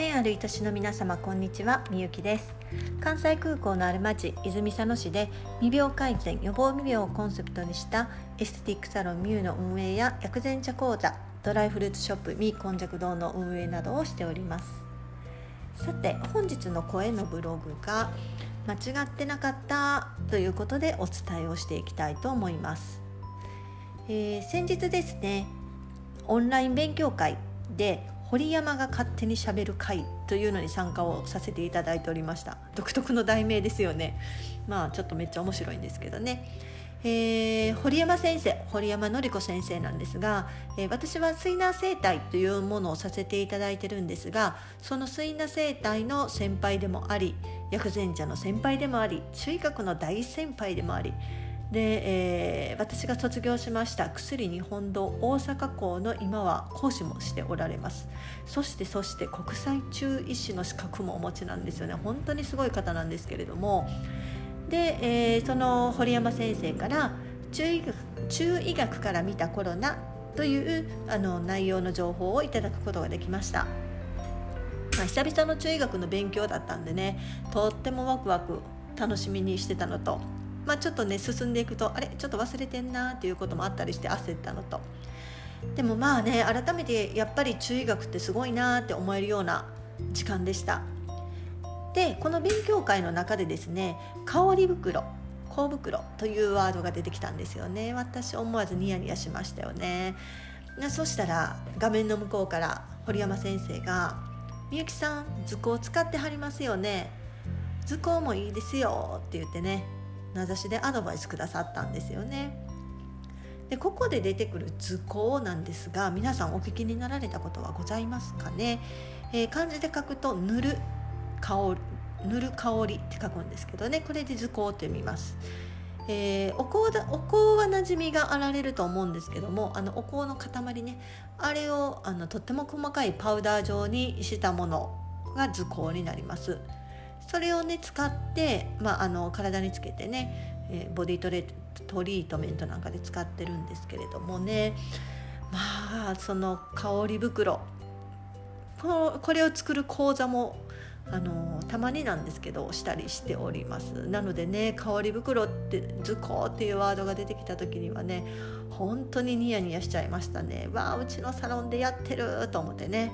県ある愛しの皆様、こんにちは。みゆきです。関西空港のある町泉佐野市で未病改善予防未病をコンセプトにしたエステティックサロンミューの運営や薬膳茶講座、ドライフルーツショップミーこんじゃく堂の運営などをしております。さて、本日の声のブログが間違ってなかったということでお伝えをしていきたいと思います。先日ですね、オンライン勉強会で堀山が勝手にしゃべる会というのに参加をさせていただいておりました。独特の題名ですよね。ちょっとめっちゃ面白いんですけどね。堀山先生、堀山典子先生なんですが、私は水難生態というものをさせていただいてるんですが、その水難生態の先輩でもあり、薬膳茶の先輩でもあり、中医学の大先輩でもありで、私が卒業しました薬日本堂大阪校の今は講師もしておられます。そして国際中医師の資格もお持ちなんですよね。本当にすごい方なんですけれども、で、その堀山先生から中医学から見たコロナという内容の情報をいただくことができました。久々の中医学の勉強だったんでね、とってもワクワク楽しみにしてたのと、ちょっとね進んでいくとちょっと忘れてんなっていうこともあったりして焦ったのと、でも改めてやっぱり中医学ってすごいなって思えるような時間でした。で、この勉強会の中でですね、香袋というワードが出てきたんですよね。私思わずニヤニヤしましたよね。そしたら画面の向こうから堀山先生が、みゆきさん図工使ってはりますよね、図工もいいですよって言ってね、名指しでアドバイスくださったんですよね。で、ここで出てくる図工なんですが、皆さんお聞きになられたことはございますかね。漢字で書くと塗る香りって書くんですけどね、これで図工と読みます。お香は馴染みがあられると思うんですけども、お香の塊ね、あれをとっても細かいパウダー状にしたものが図工になります。それをね使って、体につけてね、ボディトリートメントなんかで使ってるんですけれどもね、その香り袋、これを作る講座もたまになんですけどしたりしております。なのでね、香り袋って図工っていうワードが出てきた時にはね、本当にニヤニヤしちゃいましたね。うちのサロンでやってると思ってね。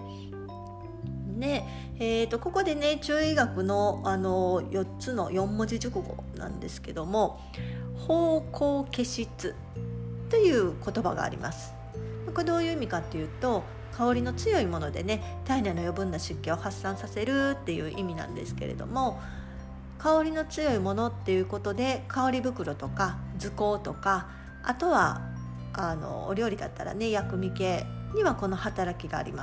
ここでね、中医学の4つの4文字熟語なんですけども、方向気質という言葉があります。これどういう意味かっていうと、香りの強いものでね、体内の余分な湿気を発散させるっていう意味なんですけれども、香りの強いものっていうことで、香り袋とか図工とか、あとはお料理だったらね、薬味系にはこの働きがあります。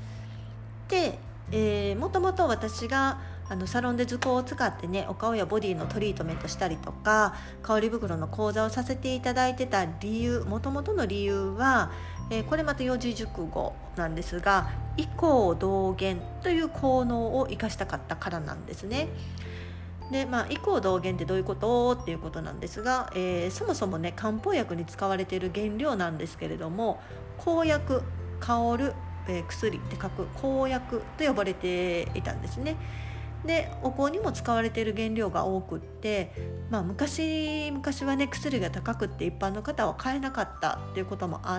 で、もともと私がサロンで図工を使ってね、お顔やボディのトリートメントしたりとか、香り袋の講座をさせていただいてたもともとの理由は、これまた四字熟語なんですが、異効同源という効能を生かしたかったからなんですね。で、異効同源ってどういうことっていうことなんですが、そもそもね、漢方薬に使われている原料なんですけれども、香薬、香る、薬って書く香薬と呼ばれていたんですね。で、お香にも使われている原料が多くって、昔はね、薬が高くって一般の方は買えなかったっていうこともあって、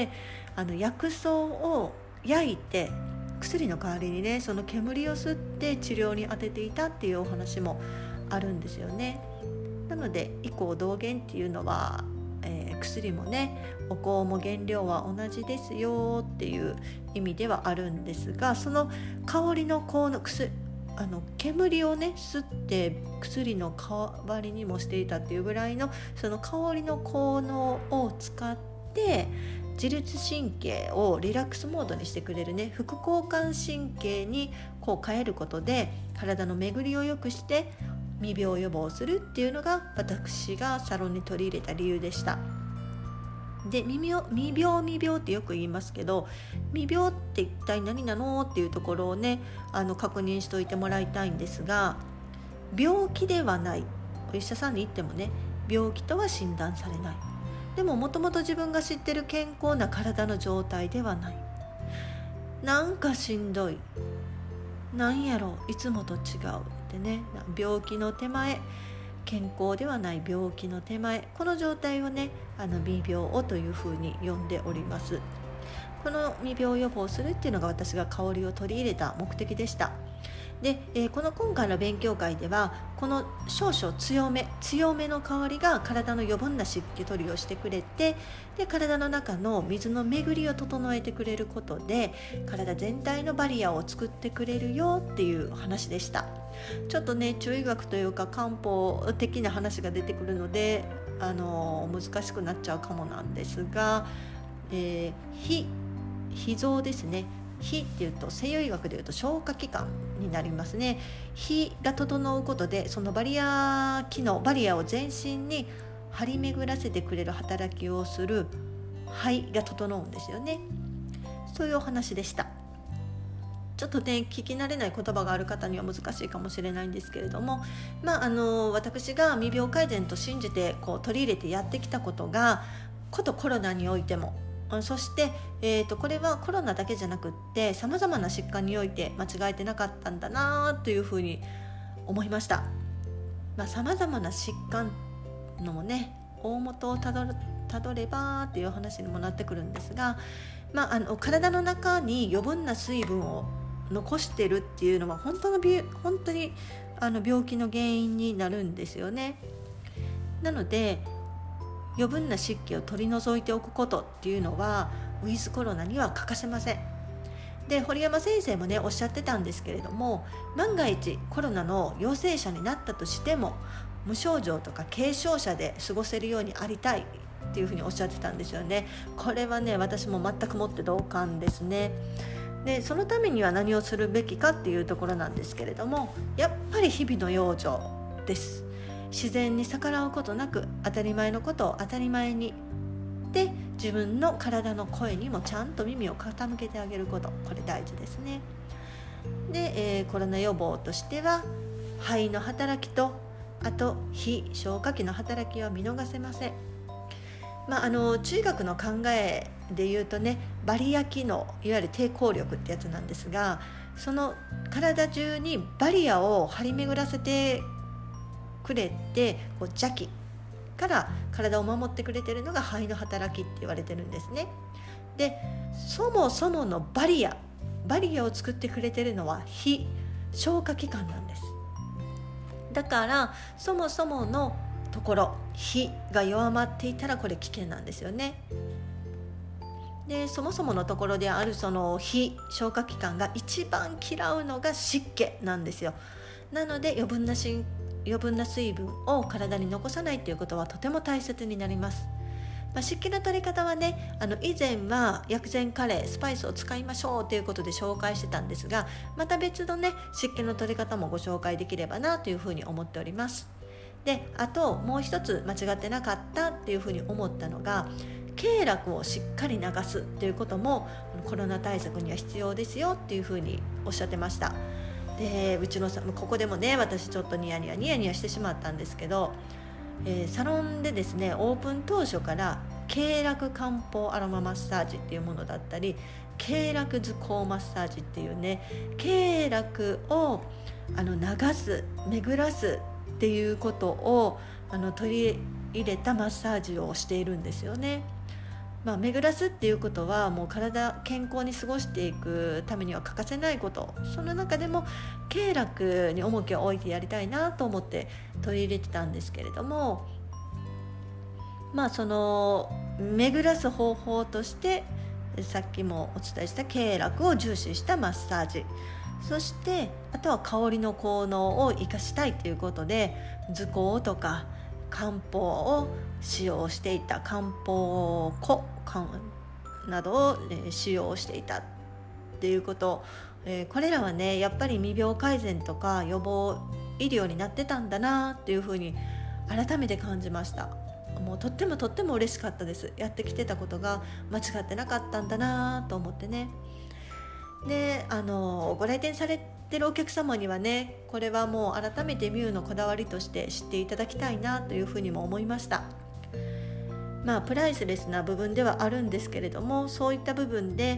薬草を焼いて薬の代わりにね、その煙を吸って治療に当てていたっていうお話もあるんですよね。なので異効同源っていうのは、薬もね、お香も原料は同じですよっていう意味ではあるんですが、その香りの香の煙をね吸って薬の代わりにもしていたっていうぐらいの、その香りの効能を使って自律神経をリラックスモードにしてくれるね、副交感神経に変えることで体の巡りを良くして未病予防するっていうのが私がサロンに取り入れた理由でした。で、未病ってよく言いますけど、未病って一体何なのっていうところをね、確認しておいてもらいたいんですが、病気ではない。お医者さんに行ってもね、病気とは診断されない。でももともと自分が知ってる健康な体の状態ではない。なんかしんどい、 なんやろいつもと違うってね、病気の手前、健康ではない病気の手前、この状態をね未病というふうに呼んでおります。この未病予防するっていうのが私が香りを取り入れた目的でした。で、この今回の勉強会ではこの少々強めの香りが体の余分な湿気取りをしてくれて、で体の中の水の巡りを整えてくれることで体全体のバリアを作ってくれるよっていう話でした。ちょっとね中医学というか漢方的な話が出てくるので難しくなっちゃうかもなんですが、脾臓ですね。脾っていうと西洋医学でいうと消化器官になりますね。脾が整うことでそのバリア機能、バリアを全身に張り巡らせてくれる働きをする肺が整うんですよね。そういうお話でした。ちょっとね聞き慣れない言葉がある方には難しいかもしれないんですけれども、私が未病改善と信じて取り入れてやってきたことがことコロナにおいても、そして、これはコロナだけじゃなくってさまざまな疾患において間違えてなかったんだなというふうに思いました。さまざまな疾患のもね大元をたどればっていう話にもなってくるんですが、体の中に余分な水分を残してるっていうのは本当に病気の原因になるんですよね。なので余分な湿気を取り除いておくことっていうのはウィズコロナには欠かせません。で堀山先生もねおっしゃってたんですけれども、万が一コロナの陽性者になったとしても無症状とか軽症者で過ごせるようにありたいっていうふうにおっしゃってたんですよね。これはね私も全くもって同感ですね。でそのためには何をするべきかっていうところなんですけれども、やっぱり日々の養生です。自然に逆らうことなく当たり前のことを当たり前に、で自分の体の声にもちゃんと耳を傾けてあげること、これ大事ですね。で、コロナ予防としては肺の働きとあと脾消化器の働きは見逃せません。中医学の考えで言うとね、バリア機能、いわゆる抵抗力ってやつなんですが、その体中にバリアを張り巡らせてくれて邪気から体を守ってくれているのが肺の働きって言われてるんですね。でそもそものバリアを作ってくれているのは脾消化器官なんです。だからそもそものところ脾が弱まっていたらこれ危険なんですよね。でそもそものところであるその脾消化器官が一番嫌うのが湿気なんですよ。なので余分な水分を体に残さないということはとても大切になります。湿気の取り方はね、以前は薬膳カレースパイスを使いましょうということで紹介してたんですが、また別のね湿気の取り方もご紹介できればなというふうに思っております。であともう一つ間違ってなかったっていうふうに思ったのが、経絡をしっかり流すっていうこともコロナ対策には必要ですよっていうふうにおっしゃってました。でうちのここでもね私ちょっとニヤニヤしてしまったんですけど、サロンでですねオープン当初から経絡漢方アロママッサージっていうものだったり、経絡図工マッサージっていうね経絡を流す巡らすっていうことを取り入れたマッサージをしているんですよね。巡らすっていうことはもう健康に過ごしていくためには欠かせないこと、その中でも経絡に重きを置いてやりたいなと思って取り入れてたんですけれども、その巡らす方法としてさっきもお伝えした経絡を重視したマッサージ、そしてあとは香りの効能を生かしたいということで図工とか漢方を使用していた、漢方粉などを使用していたっていうこと、これらはねやっぱり未病改善とか予防医療になってたんだなっていうふうに改めて感じました。もうとっても嬉しかったです。やってきてたことが間違ってなかったんだなと思ってね。でご来店されてるお客様にはね、これはもう改めてミュウのこだわりとして知っていただきたいなというふうにも思いました。プライスレスな部分ではあるんですけれども、そういった部分で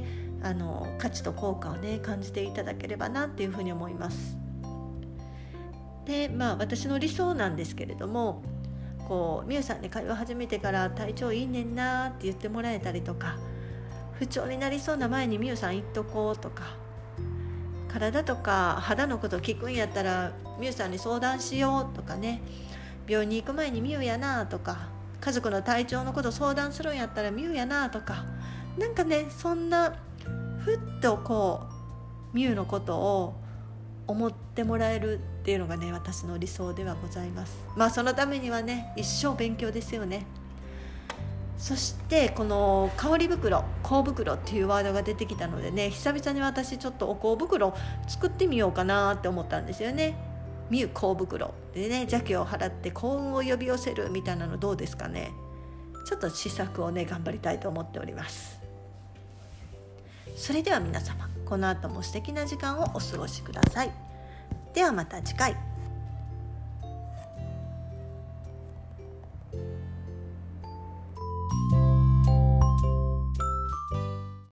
価値と効果をね感じていただければなっていうふうに思います。で、私の理想なんですけれども、みゆさんに会話始めてから体調いいねんなって言ってもらえたりとか、不調になりそうな前にみゆさん言っとこうとか、体とか肌のこと聞くんやったらみゆさんに相談しようとかね、病院に行く前にみゆやなとか、家族の体調のこと相談するんやったらみゆやなとか、なんかね、そんなふっとみゆのことを思ってもらえるっていうのがね、私の理想ではございます。そのためにはね、一生勉強ですよね。そしてこの香り袋、香袋っていうワードが出てきたのでね、久々に私ちょっとお香袋作ってみようかなって思ったんですよね。みゆ香袋でね、邪気を払って幸運を呼び寄せるみたいなのどうですかね。ちょっと試作をね頑張りたいと思っております。それでは皆様、この後も素敵な時間をお過ごしください。ではまた次回。